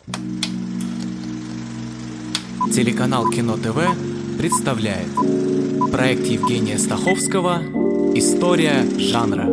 Телеканал Кино ТВ представляет проект Евгения Стаховского «История жанра».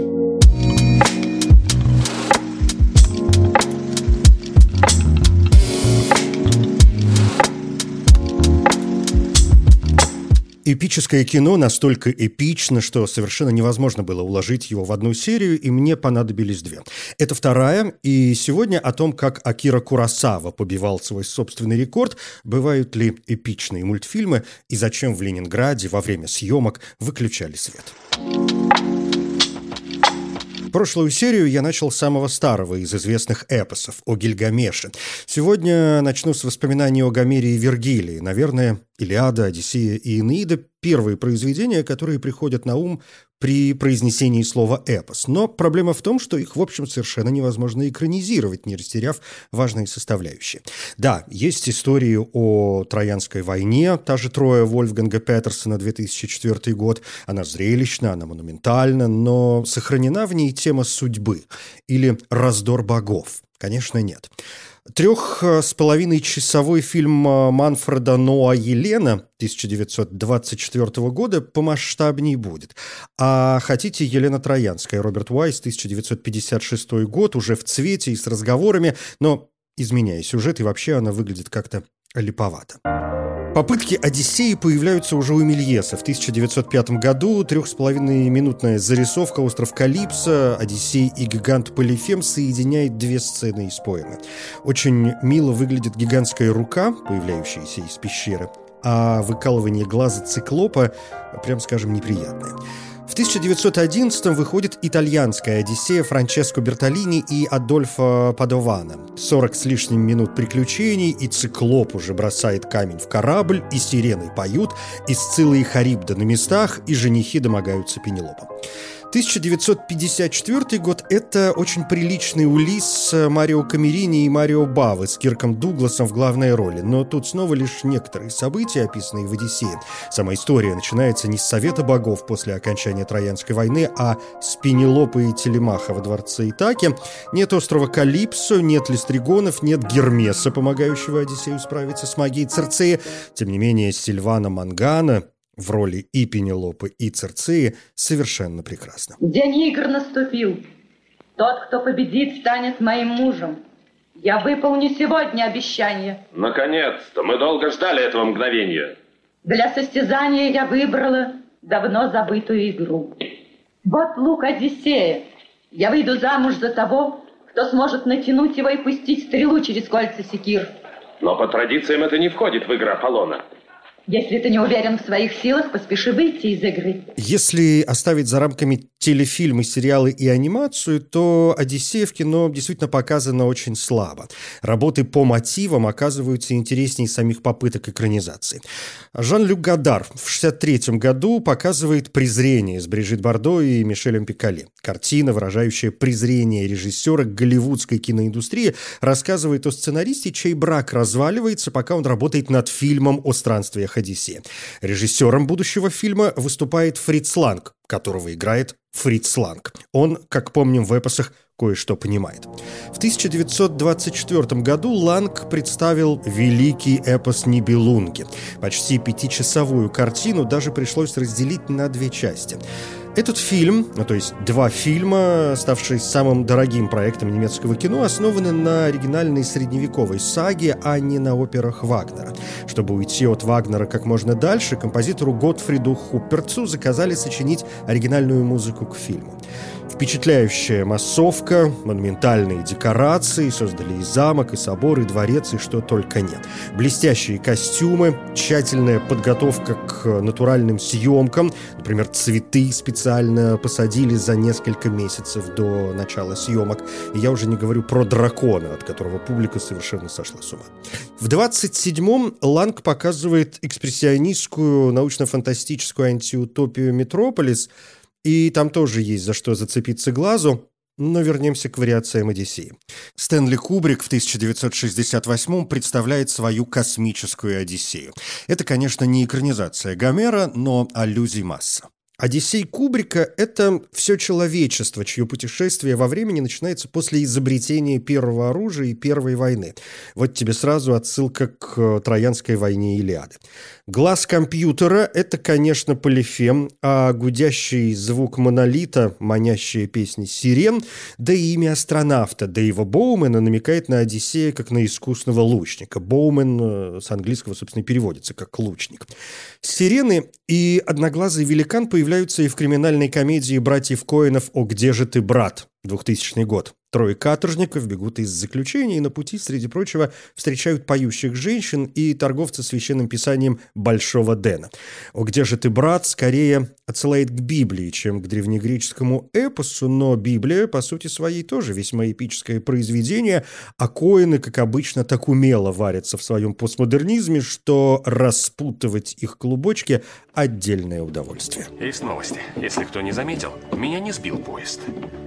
Эпическое кино настолько эпично, что совершенно невозможно было уложить его в одну серию, и мне понадобились две. Это вторая, и сегодня о том, как Акира Куросава побивал свой собственный рекорд, бывают ли эпичные мультфильмы, и зачем в Ленинграде во время съемок выключали свет. Прошлую серию я начал с самого старого из известных эпосов, о Гильгамеше. Сегодня начну с воспоминаний о Гомере и Вергилии. Наверное, Илиада, Одиссея и Энеида – первые произведения, которые приходят на ум при произнесении слова «эпос». Но проблема в том, что их, в общем, совершенно невозможно экранизировать, не растеряв важные составляющие. Да, есть истории о Троянской войне, та же «Троя» Вольфганга Петерсона, 2004 год. Она зрелищна, она монументальна, но сохранена в ней тема судьбы или раздор богов? Конечно, нет. 3,5-часовой фильм Манфреда Ноа «Елена» 1924 года помасштабнее будет. А хотите, Елена Троянская, Роберт Уайс, 1956 год, уже в цвете и с разговорами, но, изменяя сюжет, и вообще она выглядит как-то липовато. Попытки Одиссеи появляются уже у Мельеса. В 1905 году 3,5-минутная зарисовка «Остров Калипсо», Одиссей и гигант Полифем соединяет две сцены из поэмы. Очень мило выглядит гигантская рука, появляющаяся из пещеры, а выкалывание глаза циклопа, прям скажем, неприятное. В 1911-м выходит итальянская «Одиссея» Франческо Бертолини и Адольфо Падована. 40 с лишним минут приключений, и циклоп уже бросает камень в корабль, и сирены поют, и Сцилла и Харибда на местах, и женихи домогаются Пенелопы. 1954 год – это очень приличный Улисс Марио Камерини и Марио Бавы с Кирком Дугласом в главной роли. Но тут снова лишь некоторые события, описанные в «Одиссее». Сама история начинается не с совета богов после окончания Троянской войны, а с Пенелопы и Телемаха во дворце Итаки. Нет острова Калипсо, нет Листригонов, нет Гермеса, помогающего Одиссею справиться с магией Цирцеи. Тем не менее, Сильвана Мангана в роли и Пенелопы, и Цирцеи совершенно прекрасно. День игр наступил. Тот, кто победит, станет моим мужем. Я выполню сегодня обещание. Наконец-то! Мы долго ждали этого мгновения. Для состязания я выбрала давно забытую игру. Вот лук Одиссея. Я выйду замуж за того, кто сможет натянуть его и пустить стрелу через кольца секир. Но по традициям это не входит в игры Аполлона. Если ты не уверен в своих силах, поспеши выйти из игры. Если оставить за рамками телефильмы, сериалы и анимацию, то «Одиссея» в кино действительно показана очень слабо. Работы по мотивам оказываются интереснее самих попыток экранизации. Жан-Люк Годар в 1963 году показывает «Презрение» с Брижит Бардо и Мишелем Пиколе. Картина, выражающая презрение режиссера к голливудской киноиндустрии, рассказывает о сценаристе, чей брак разваливается, пока он работает над фильмом о странствиях Одиссея. Режиссером будущего фильма выступает Фриц Ланг, которого играет Фриц Ланг. Он, как помним в эпосах, кое-что понимает. В 1924 году Ланг представил великий эпос «Нибелунги». Почти 5-часовую картину даже пришлось разделить на две части. Этот фильм, то есть два фильма, ставшие самым дорогим проектом немецкого кино, основаны на оригинальной средневековой саге, а не на операх Вагнера. Чтобы уйти от Вагнера как можно дальше, композитору Готфриду Хупперцу заказали сочинить оригинальную музыку к фильму. Впечатляющая массовка, монументальные декорации, создали и замок, и собор, и дворец, и что только нет. Блестящие костюмы, тщательная подготовка к натуральным съемкам. Например, цветы специально посадили за несколько месяцев до начала съемок. И я уже не говорю про дракона, от которого публика совершенно сошла с ума. В 27-м Ланг показывает экспрессионистскую научно-фантастическую антиутопию «Метрополис», и там тоже есть за что зацепиться глазу, но вернемся к вариациям «Одиссеи». Стэнли Кубрик в 1968-м представляет свою космическую «Одиссею». Это, конечно, не экранизация Гомера, но аллюзий масса. «Одиссей» Кубрика – это все человечество, чье путешествие во времени начинается после изобретения первого оружия и Первой войны. Вот тебе сразу отсылка к Троянской войне Илиады. «Глаз компьютера» – это, конечно, Полифем, а гудящий звук монолита, манящие песни сирен, да и имя астронавта Дэйва Боумена намекает на Одиссея как на искусного лучника. Боумен с английского, собственно, переводится как «лучник». Сирены и одноглазый великан появляются и в криминальной комедии братьев Коэнов «О, где же ты, брат?» 2000 год. Трое каторжников бегут из заключения и на пути, среди прочего, встречают поющих женщин и торговца священным писанием Большого Дэна. «О, где же ты, брат?» скорее отсылает к Библии, чем к древнегреческому эпосу, но Библия, по сути своей, тоже весьма эпическое произведение, а Коэны, как обычно, так умело варятся в своем постмодернизме, что распутывать их клубочки – отдельное удовольствие. Есть новости. Если кто не заметил, меня не сбил поезд.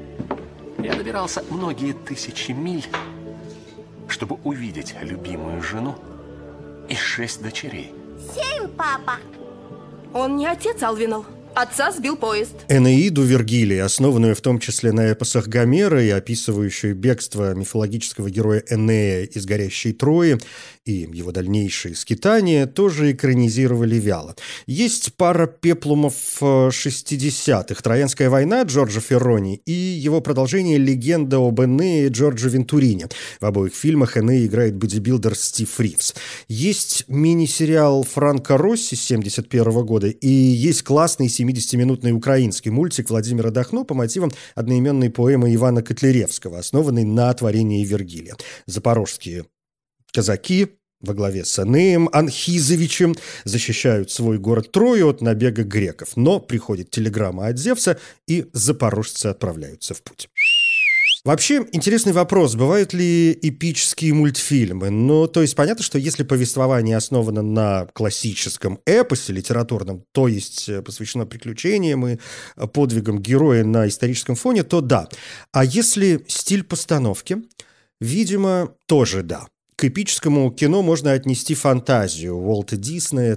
Я добирался многие тысячи миль, чтобы увидеть любимую жену и 6 дочерей. 7, папа. Он не отец Алвинал. Отца сбил поезд. Энеиду Вергилия, основанную в том числе на эпосах Гомера и описывающую бегство мифологического героя Энея из горящей Трои и его дальнейшие скитания, тоже экранизировали вяло. Есть пара пеплумов 60-х. «Троянская война» Джорджо Феррони и его продолжение «Легенда об Энее» Джорджо Вентурини. В обоих фильмах Энея играет бодибилдер Стив Ривз. Есть мини-сериал Франко Росси с 1971 года и есть классный 70-минутный украинский мультик Владимира Дахно по мотивам одноименной поэмы Ивана Котляревского, основанный на творении Вергилия. Запорожские казаки во главе с Энеем Анхизовичем защищают свой город Трою от набега греков, но приходит телеграмма от Зевса, и запорожцы отправляются в путь. Вообще, интересный вопрос, бывают ли эпические мультфильмы? Ну, то есть, понятно, что если повествование основано на классическом эпосе литературном, то есть посвящено приключениям и подвигам героя на историческом фоне, то да. А если стиль постановки, видимо, тоже да. К эпическому кино можно отнести фантазию Уолта Диснея,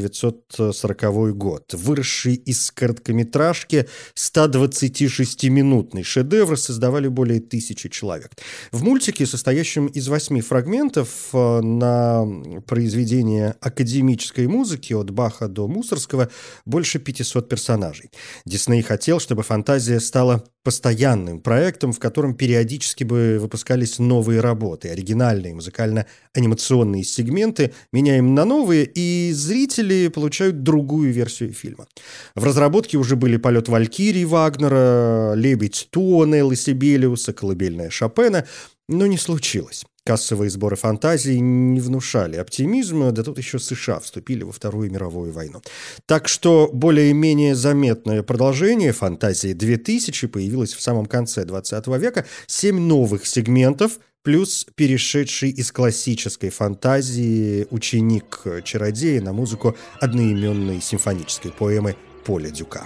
1940 год. Выросший из короткометражки 126-минутный шедевр создавали более 1000 человек. В мультике, состоящем из 8 фрагментов на произведение академической музыки от Баха до Мусоргского, больше 500 персонажей. Дисней хотел, чтобы фантазия стала постоянным проектом, в котором периодически бы выпускались новые работы, оригинальные музыкально-анимационные сегменты, меняем на новые, и зрители получают другую версию фильма. В разработке уже были «Полет Валькирии» Вагнера, «Лебедь Туо» Неллы Сибелиуса, «Колыбельная» Шопена, но не случилось. Кассовые сборы фантазии не внушали оптимизма, да тут еще США вступили во Вторую мировую войну. Так что более-менее заметное продолжение «Фантазии 2000» появилось в самом конце 20 века. 7 новых сегментов, плюс перешедший из классической фантазии ученик-чародея на музыку одноименной симфонической поэмы Поля Дюка.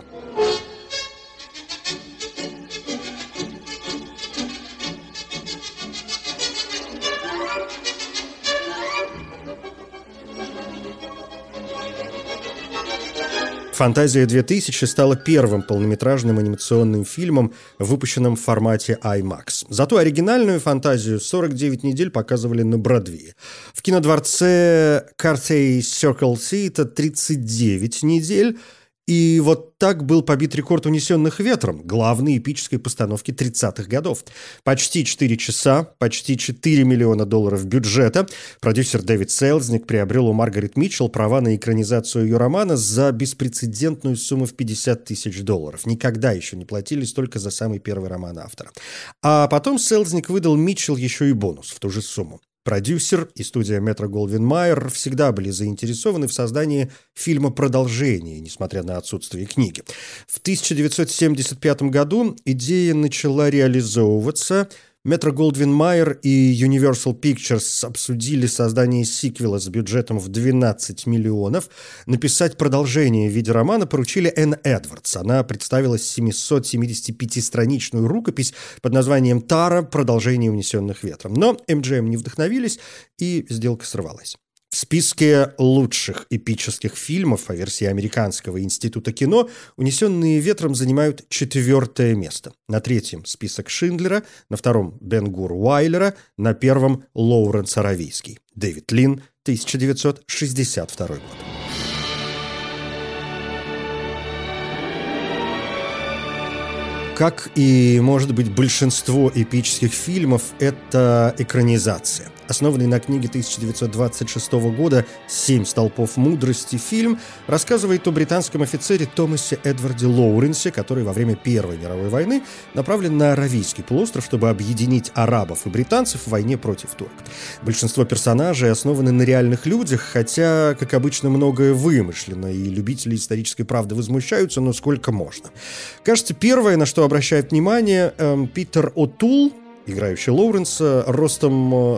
«Фантазия 2000» стала первым полнометражным анимационным фильмом, выпущенным в формате IMAX. Зато оригинальную «Фантазию» 49 недель показывали на Бродвее. В кинодворце Carthay Circle Theatre 39 недель. И вот так был побит рекорд «Унесенных ветром», главной эпической постановки 30-х годов. Почти 4 часа, почти $4 миллиона бюджета. Продюсер Дэвид Селзник приобрел у Маргарет Митчелл права на экранизацию ее романа за беспрецедентную сумму в $50 тысяч. Никогда еще не платили столько за самый первый роман автора. А потом Селзник выдал Митчелл еще и бонус в ту же сумму. Продюсер и студия Метро-Голдвин-Майер всегда были заинтересованы в создании фильма продолжения, несмотря на отсутствие книги. В 1975 году идея начала реализовываться. Метро-Голдвин-Майер и Universal Pictures обсудили создание сиквела с бюджетом в 12 миллионов. Написать продолжение в виде романа поручили Энн Эдвардс. Она представила 775-страничную рукопись под названием «Тара. Продолжение унесенных ветром». Но MGM не вдохновились, и сделка сорвалась. В списке лучших эпических фильмов по версии Американского института кино «Унесенные ветром» занимают 4-е место. На 3-м список Шиндлера, на 2-м Бен-Гур Уайлера, на 1-м Лоуренс Аравийский. Дэвид Лин, 1962 год. Как и, может быть, большинство эпических фильмов, это экранизация. Основанный на книге 1926 года «Семь столпов мудрости» фильм рассказывает о британском офицере Томасе Эдварде Лоуренсе, который во время Первой мировой войны направлен на Аравийский полуостров, чтобы объединить арабов и британцев в войне против турок. Большинство персонажей основаны на реальных людях, хотя, как обычно, многое вымышлено, и любители исторической правды возмущаются, но сколько можно. Кажется, первое, на что обращает внимание, Питер О'Тул, играющий Лоуренса, ростом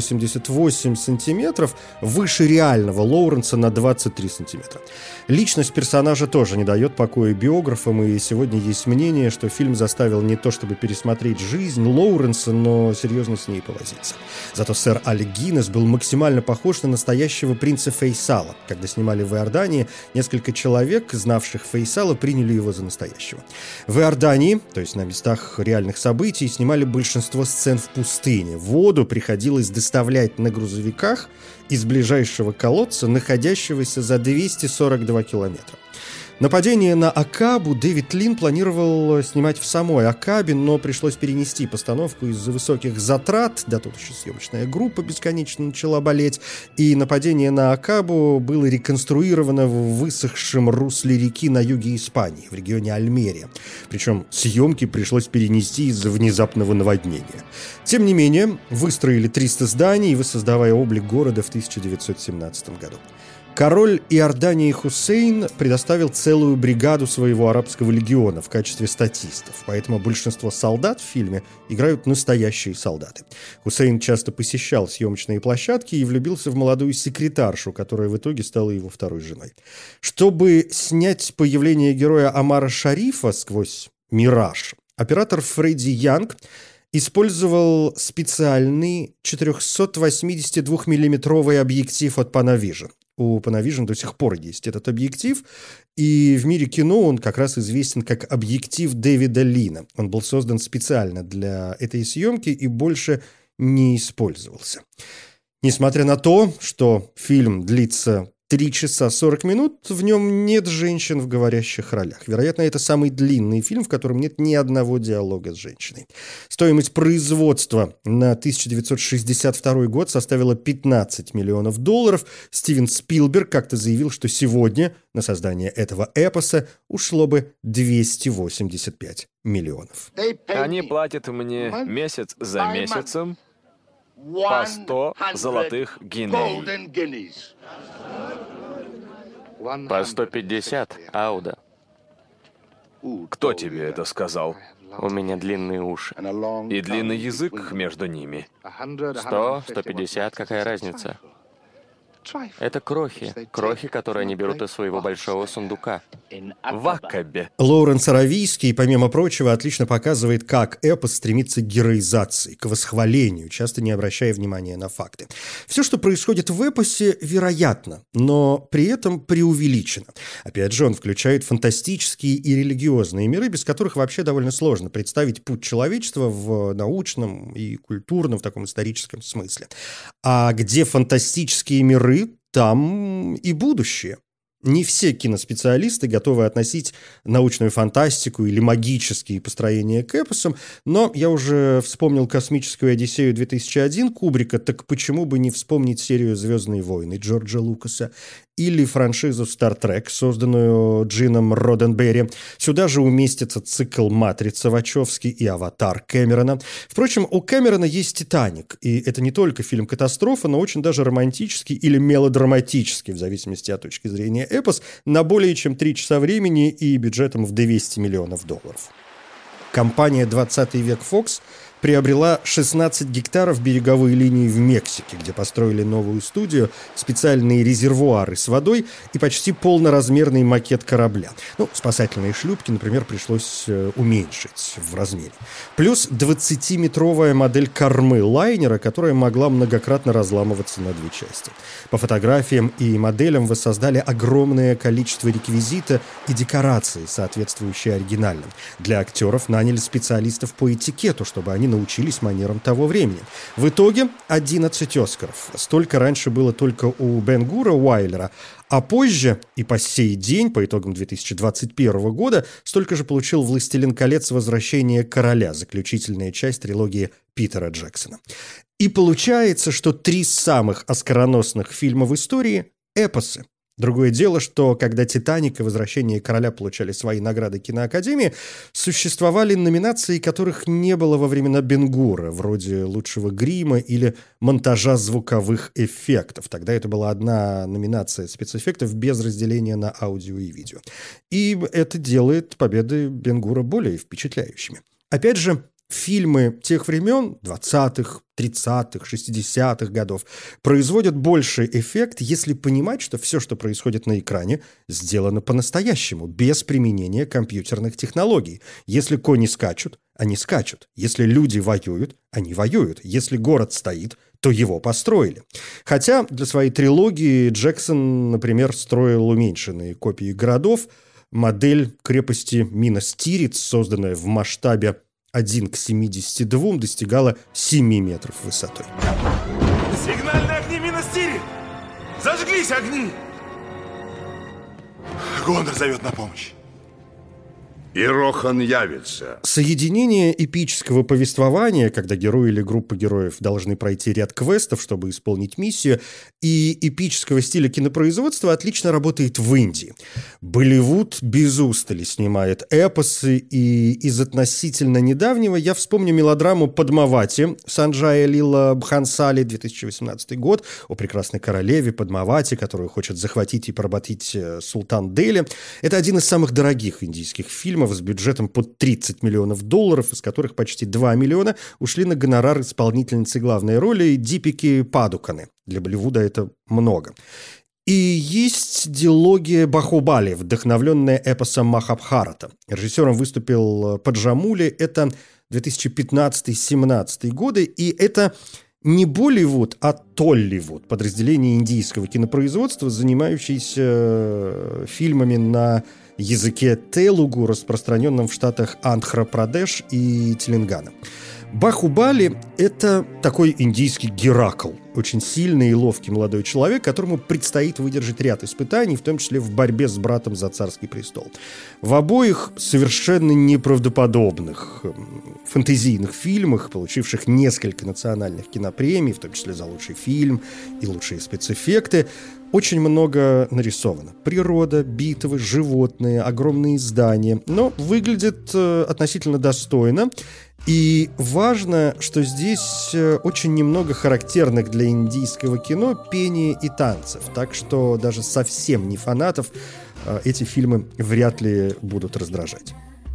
188 сантиметров, выше реального Лоуренса на 23 сантиметра. Личность персонажа тоже не дает покоя биографам, и сегодня есть мнение, что фильм заставил не то чтобы пересмотреть жизнь Лоуренса, но серьезно с ней повозиться. Зато сэр Алек Гиннес был максимально похож на настоящего принца Фейсала. Когда снимали в Иордании, несколько человек, знавших Фейсала, приняли его за настоящего. В Иордании, то есть на местах реальных событий, снимали большинство сцен в пустыне. Воду приходилось доставлять на грузовиках из ближайшего колодца, находящегося за 242 километра. Нападение на Акабу Дэвид Лин планировал снимать в самой Акабе, но пришлось перенести постановку из-за высоких затрат, да тут еще съемочная группа бесконечно начала болеть, и нападение на Акабу было реконструировано в высохшем русле реки на юге Испании, в регионе Альмерия. Причем съемки пришлось перенести из-за внезапного наводнения. Тем не менее, выстроили 300 зданий, воссоздавая облик города в 1917 году. Король Иордании Хусейн предоставил целую бригаду своего арабского легиона в качестве статистов, поэтому большинство солдат в фильме играют настоящие солдаты. Хусейн часто посещал съемочные площадки и влюбился в молодую секретаршу, которая в итоге стала его второй женой. Чтобы снять появление героя Омара Шарифа сквозь «Мираж», оператор Фредди Янг использовал специальный 482-миллиметровый объектив от Panavision. У Panavision до сих пор есть этот объектив, и в мире кино он как раз известен как объектив Дэвида Лина. Он был создан специально для этой съемки и больше не использовался. Несмотря на то, что фильм длится 3 часа 40 минут, в нем нет женщин в говорящих ролях. Вероятно, это самый длинный фильм, в котором нет ни одного диалога с женщиной. Стоимость производства на 1962 год составила $15 миллионов. Стивен Спилберг как-то заявил, что сегодня на создание этого эпоса ушло бы $285 миллионов. Они платят мне месяц за месяцем по 100 золотых гиней. По 150, Ауда. Кто тебе это сказал? У меня длинные уши. И длинный язык между ними. 100, 150, какая разница? Это крохи. Крохи, которые они берут из своего большого сундука. В Акабе. Лоуренс Аравийский, помимо прочего, отлично показывает, как эпос стремится к героизации, к восхвалению, часто не обращая внимания на факты. Все, что происходит в эпосе, вероятно, но при этом преувеличено. Опять же, он включает фантастические и религиозные миры, без которых вообще довольно сложно представить путь человечества в научном и культурном, в таком историческом смысле. А где фантастические миры, там и будущее. Не все киноспециалисты готовы относить научную фантастику или магические построения к эпосам, но я уже вспомнил «Космическую Одиссею» 2001 Кубрика, так почему бы не вспомнить серию «Звездные войны» Джорджа Лукаса или франшизу «Стар Трек», созданную Джином Роденберри. Сюда же уместится цикл «Матрица» Вачовски и «Аватар» Кэмерона. Впрочем, у Кэмерона есть «Титаник», и это не только фильм-катастрофа, но очень даже романтический или мелодраматический, в зависимости от точки зрения, эпос на более чем 3 часа времени и бюджетом в $200 миллионов. Компания «20 век Fox» приобрела 16 гектаров береговой линии в Мексике, где построили новую студию, специальные резервуары с водой и почти полноразмерный макет корабля. Спасательные шлюпки, например, пришлось уменьшить в размере. Плюс 20-метровая модель кормы лайнера, которая могла многократно разламываться на две части. По фотографиям и моделям воссоздали огромное количество реквизита и декораций, соответствующие оригинальным. Для актеров наняли специалистов по этикету, чтобы они научились манерам того времени. В итоге 11 «Оскаров». Столько раньше было только у Бен-Гура Уайлера, а позже и по сей день, по итогам 2021 года, столько же получил «Властелин колец. Возвращение короля», заключительная часть трилогии Питера Джексона. И получается, что 3 самых оскароносных фильма в истории – эпосы. Другое дело, что когда «Титаник» и «Возвращение короля» получали свои награды киноакадемии, существовали номинации, которых не было во времена Бен-Гура, вроде лучшего грима или монтажа звуковых эффектов. Тогда это была одна номинация спецэффектов без разделения на аудио и видео. И это делает победы Бен-Гура более впечатляющими. Опять же, фильмы тех времен, 20-х, 30-х, 60-х годов, производят больший эффект, если понимать, что все, что происходит на экране, сделано по-настоящему, без применения компьютерных технологий. Если кони скачут, они скачут. Если люди воюют, они воюют. Если город стоит, то его построили. Хотя для своей трилогии Джексон, например, строил уменьшенные копии городов. Модель крепости Минас-Тирит, созданная в масштабе 1:72, достигала 7 метров высотой. Сигнальные огни Минас-Тирит! Зажглись огни! Гонор зовет на помощь. И Рохан явится. Соединение эпического повествования, когда герои или группа героев должны пройти ряд квестов, чтобы исполнить миссию, и эпического стиля кинопроизводства отлично работает в Индии. Болливуд без устали снимает эпосы, и из относительно недавнего я вспомню мелодраму «Падмавати» Санджая Лила Бхансали, 2018 год, о прекрасной королеве Падмавати, которую хочет захватить и поработить султан Дели. Это один из самых дорогих индийских фильмов, с бюджетом под $30 миллионов, из которых почти 2 миллиона ушли на гонорар исполнительницы главной роли Дипики Падуконе. Для Болливуда это много. И есть дилогия Бахубали, вдохновленная эпосом Махабхарата. Режиссером выступил Паджамули. Это 2015-17 годы, и это не Болливуд, а Толливуд, подразделение индийского кинопроизводства, занимающееся фильмами на языке телугу, распространенном в штатах Андхра-Прадеш и Телангана. Бахубали – это такой индийский Геракл, очень сильный и ловкий молодой человек, которому предстоит выдержать ряд испытаний, в том числе в борьбе с братом за царский престол. В обоих совершенно неправдоподобных фэнтезийных фильмах, получивших несколько национальных кинопремий, в том числе за лучший фильм и лучшие спецэффекты, очень много нарисовано. Природа, битвы, животные, огромные здания. Но выглядит относительно достойно. И важно, что здесь очень немного характерных для индийского кино пения и танцев. Так что даже совсем не фанатов эти фильмы вряд ли будут раздражать.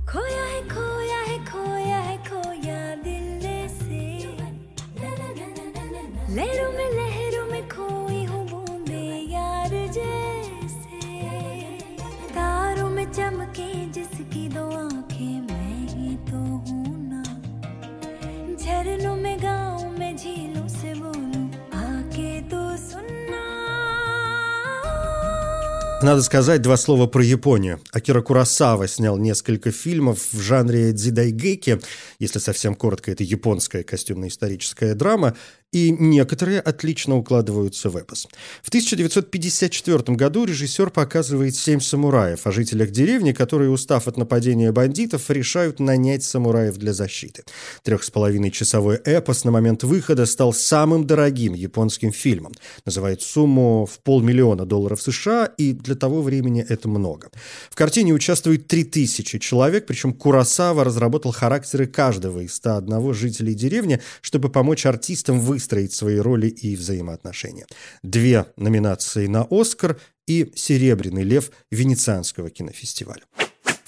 Надо сказать 2 слова про Японию. Акира Куросава снял несколько фильмов в жанре дзидайгэки, если совсем коротко, это японская костюмно-историческая драма, и некоторые отлично укладываются в эпос. В 1954 году режиссер показывает 7 самураев о жителях деревни, которые, устав от нападения бандитов, решают нанять самураев для защиты. 3,5-часовой эпос на момент выхода стал самым дорогим японским фильмом. Называет сумму в $500 000 США, и для того времени это много. В картине участвует 3000 человек, причем Куросава разработал характеры каждого из 101 жителей деревни, чтобы помочь артистам выстроить свои роли и взаимоотношения. 2 номинации на «Оскар» и «Серебряный лев» Венецианского кинофестиваля.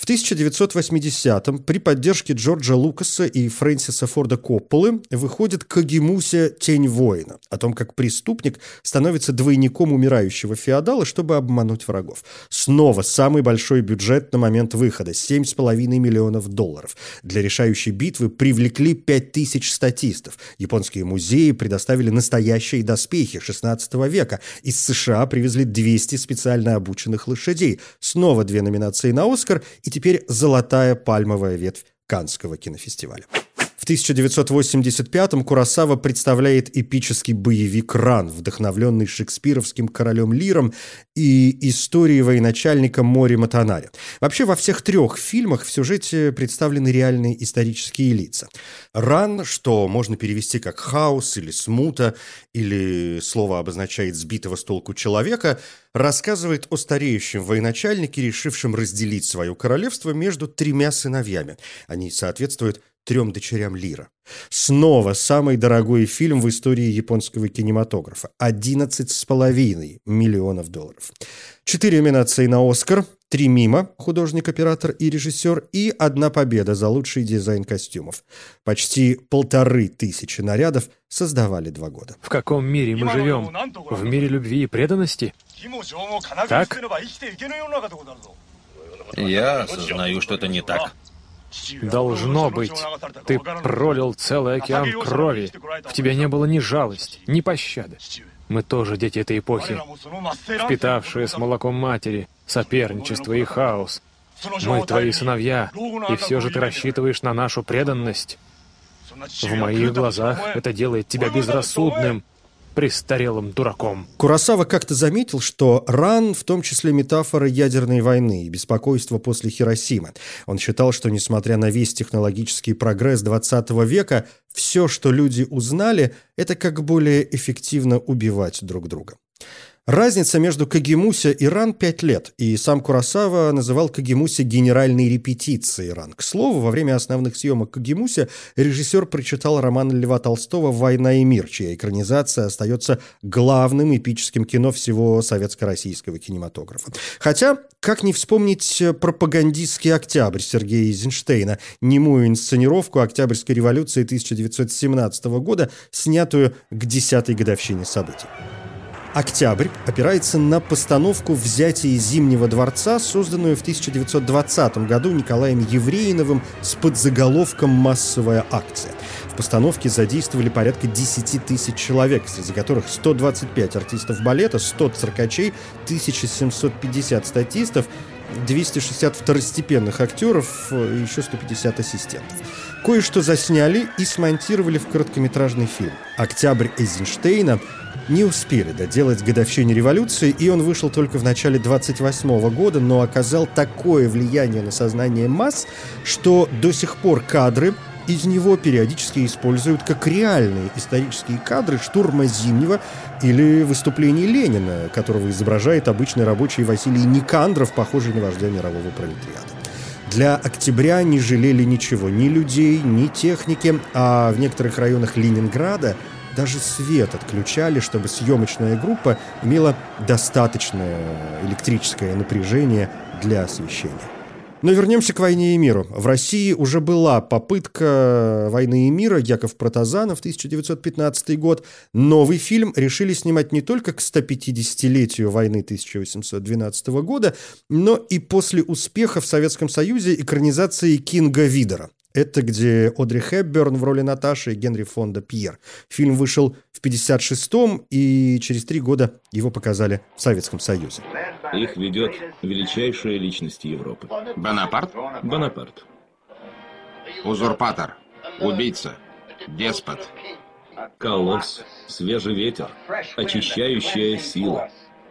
В 1980-м при поддержке Джорджа Лукаса и Фрэнсиса Форда Копполы выходит «Кагемуся. Тень воина» о том, как преступник становится двойником умирающего феодала, чтобы обмануть врагов. Снова самый большой бюджет на момент выхода – $7,5 миллионов. Для решающей битвы привлекли 5000 статистов. Японские музеи предоставили настоящие доспехи XVI века. Из США привезли 200 специально обученных лошадей. Снова 2 номинации на «Оскар» и теперь «Золотая пальмовая ветвь» Каннского кинофестиваля. В 1985-м Куросава представляет эпический боевик «Ран», вдохновленный шекспировским королем Лиром и историей военачальника Мори Матанари. Вообще во всех 3 фильмах в сюжете представлены реальные исторические лица. «Ран», что можно перевести как «хаос» или «смута», или слово обозначает «сбитого с толку человека», рассказывает о стареющем военачальнике, решившем разделить свое королевство между 3 сыновьями. Они соответствуют 3 дочерям Лира. Снова самый дорогой фильм в истории японского кинематографа. $11,5 миллионов. 4 номинации на «Оскар», 3 мимо – художник, оператор и режиссер, и 1 победа за лучший дизайн костюмов. Почти 1500 нарядов создавали 2 года. В каком мире мы живем? В мире любви и преданности? Так? Я осознаю, что это не так. Должно быть. Ты пролил целый океан крови. В тебе не было ни жалости, ни пощады. Мы тоже дети этой эпохи, впитавшие с молоком матери соперничество и хаос. Мы твои сыновья, и все же ты рассчитываешь на нашу преданность. В моих глазах это делает тебя безрассудным, престарелым дураком. Куросава как-то заметил, что «Ран» в том числе метафора ядерной войны и беспокойства после Хиросимы. Он считал, что, несмотря на весь технологический прогресс 20 века, все, что люди узнали, это как более эффективно убивать друг друга. Разница между «Кагемуся» и «Ран» 5 лет, и сам Куросава называл «Кагемуся» генеральной репетицией «Ран». К слову, во время основных съемок «Кагемуся» режиссер прочитал роман Льва Толстого «Война и мир», чья экранизация остается главным эпическим кино всего советско-российского кинематографа. Хотя, как не вспомнить пропагандистский «Октябрь» Сергея Эйзенштейна, немую инсценировку Октябрьской революции 1917 года, снятую к 10-й годовщине событий. «Октябрь» опирается на постановку «Взятие Зимнего дворца», созданную в 1920 году Николаем Евреиновым с подзаголовком «Массовая акция». В постановке задействовали порядка 10 000 человек, среди которых 125 артистов балета, 100 циркачей, 1750 статистов, 260 второстепенных актеров и еще 150 ассистентов. Кое-что засняли и смонтировали в короткометражный фильм. «Октябрь» Эйзенштейна не успели доделать к годовщине революции, и он вышел только в начале 1928 года, но оказал такое влияние на сознание масс, что до сих пор кадры из него периодически используют как реальные исторические кадры штурма Зимнего или выступлений Ленина, которого изображает обычный рабочий Василий Никандров, похожий на вождя мирового пролетариата. Для «Октября» не жалели ничего, ни людей, ни техники, а в некоторых районах Ленинграда даже свет отключали, чтобы съемочная группа имела достаточное электрическое напряжение для освещения. Но вернемся к «Войне и миру». В России уже была попытка «Войны и мира», Яков Протазанов, 1915 год. Новый фильм решили снимать не только к 150-летию войны 1812 года, но и после успеха в Советском Союзе экранизации Кинга Видера. Это где Одри Хепберн в роли Наташи и Генри Фонда Пьер. Фильм вышел в 1956-м, и через 3 года его показали в Советском Союзе. Их ведет величайшая личность Европы. Бонапарт? Бонапарт. Узурпатор, убийца, деспот. Колосс, свежий ветер, очищающая сила.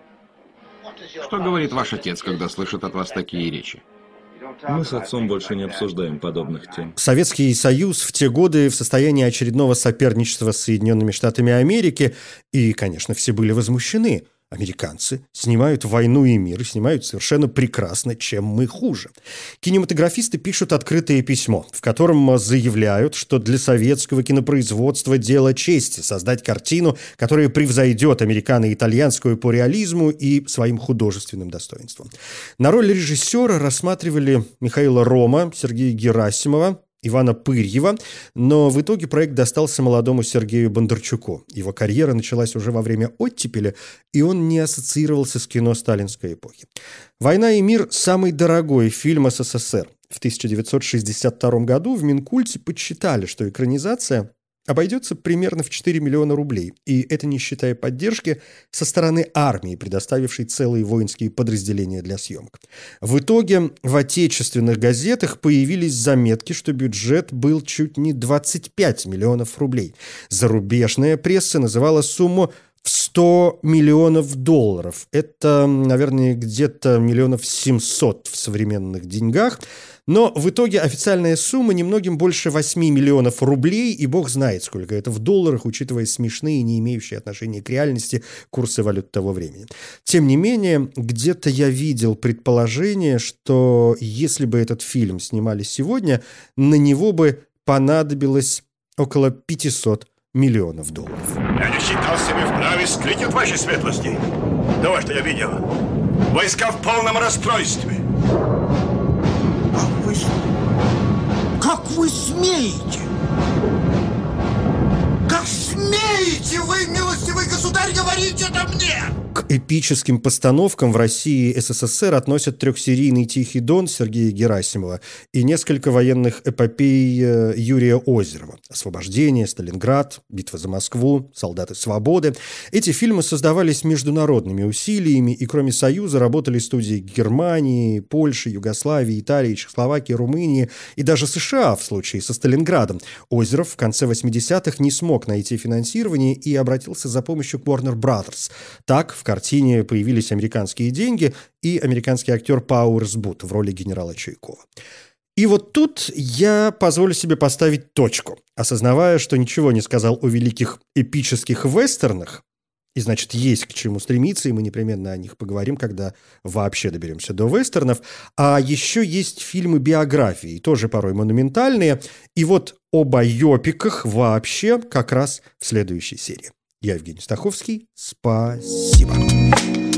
Что говорит ваш отец, когда слышит от вас такие речи? Мы с отцом больше не обсуждаем подобных тем. Советский Союз в те годы в состоянии очередного соперничества с Соединенными Штатами Америки, и, конечно, все были возмущены. Американцы снимают «Войну и мир» и снимают совершенно прекрасно, чем мы хуже. Кинематографисты пишут открытое письмо, в котором заявляют, что для советского кинопроизводства дело чести создать картину, которая превзойдет американо-итальянскую по реализму и своим художественным достоинствам. На роль режиссера рассматривали Михаила Рома, Сергея Герасимова, Ивана Пырьева, но в итоге проект достался молодому Сергею Бондарчуку. Его карьера началась уже во время оттепели, и он не ассоциировался с кино сталинской эпохи. «Война и мир» – самый дорогой фильм СССР. В 1962 году в Минкульте подсчитали, что экранизация обойдется примерно в 4 миллиона рублей, и это не считая поддержки со стороны армии, предоставившей целые воинские подразделения для съемок. В итоге в отечественных газетах появились заметки, что бюджет был чуть не 25 миллионов рублей. Зарубежная пресса называла сумму в 100 миллионов долларов. Это, наверное, где-то 700 миллионов в современных деньгах. Но в итоге официальная сумма немногим больше 8 миллионов рублей, и бог знает, сколько это в долларах, учитывая смешные, не имеющие отношения к реальности курсы валют того времени. Тем не менее, где-то я видел предположение, что если бы этот фильм снимали сегодня, на него бы понадобилось около 500 миллионов долларов. Я не считал себя вправе скрыть от вашей светлости того, что я видел. Войска в полном расстройстве. Как вы смеете? Как смеете вы, милостивый государь, говорить это мне? К эпическим постановкам в России и СССР относят трехсерийный «Тихий Дон» Сергея Герасимова и несколько военных эпопей Юрия Озерова. «Освобождение», «Сталинград», «Битва за Москву», «Солдаты свободы». Эти фильмы создавались международными усилиями, и кроме Союза работали студии Германии, Польши, Югославии, Италии, Чехословакии, Румынии и даже США в случае со «Сталинградом». Озеров в конце 80-х не смог найти финансирование и обратился за помощью к Warner Brothers. Так, в картине появились американские деньги и американский актер Пауэрс Бут в роли генерала Чуйкова. И вот тут я позволю себе поставить точку, осознавая, что ничего не сказал о великих эпических вестернах, и значит, есть к чему стремиться, и мы непременно о них поговорим, когда вообще доберемся до вестернов. А еще есть фильмы-биографии, тоже порой монументальные, и вот о байопиках вообще как раз в следующей серии. Я Евгений Стаховский. Спасибо.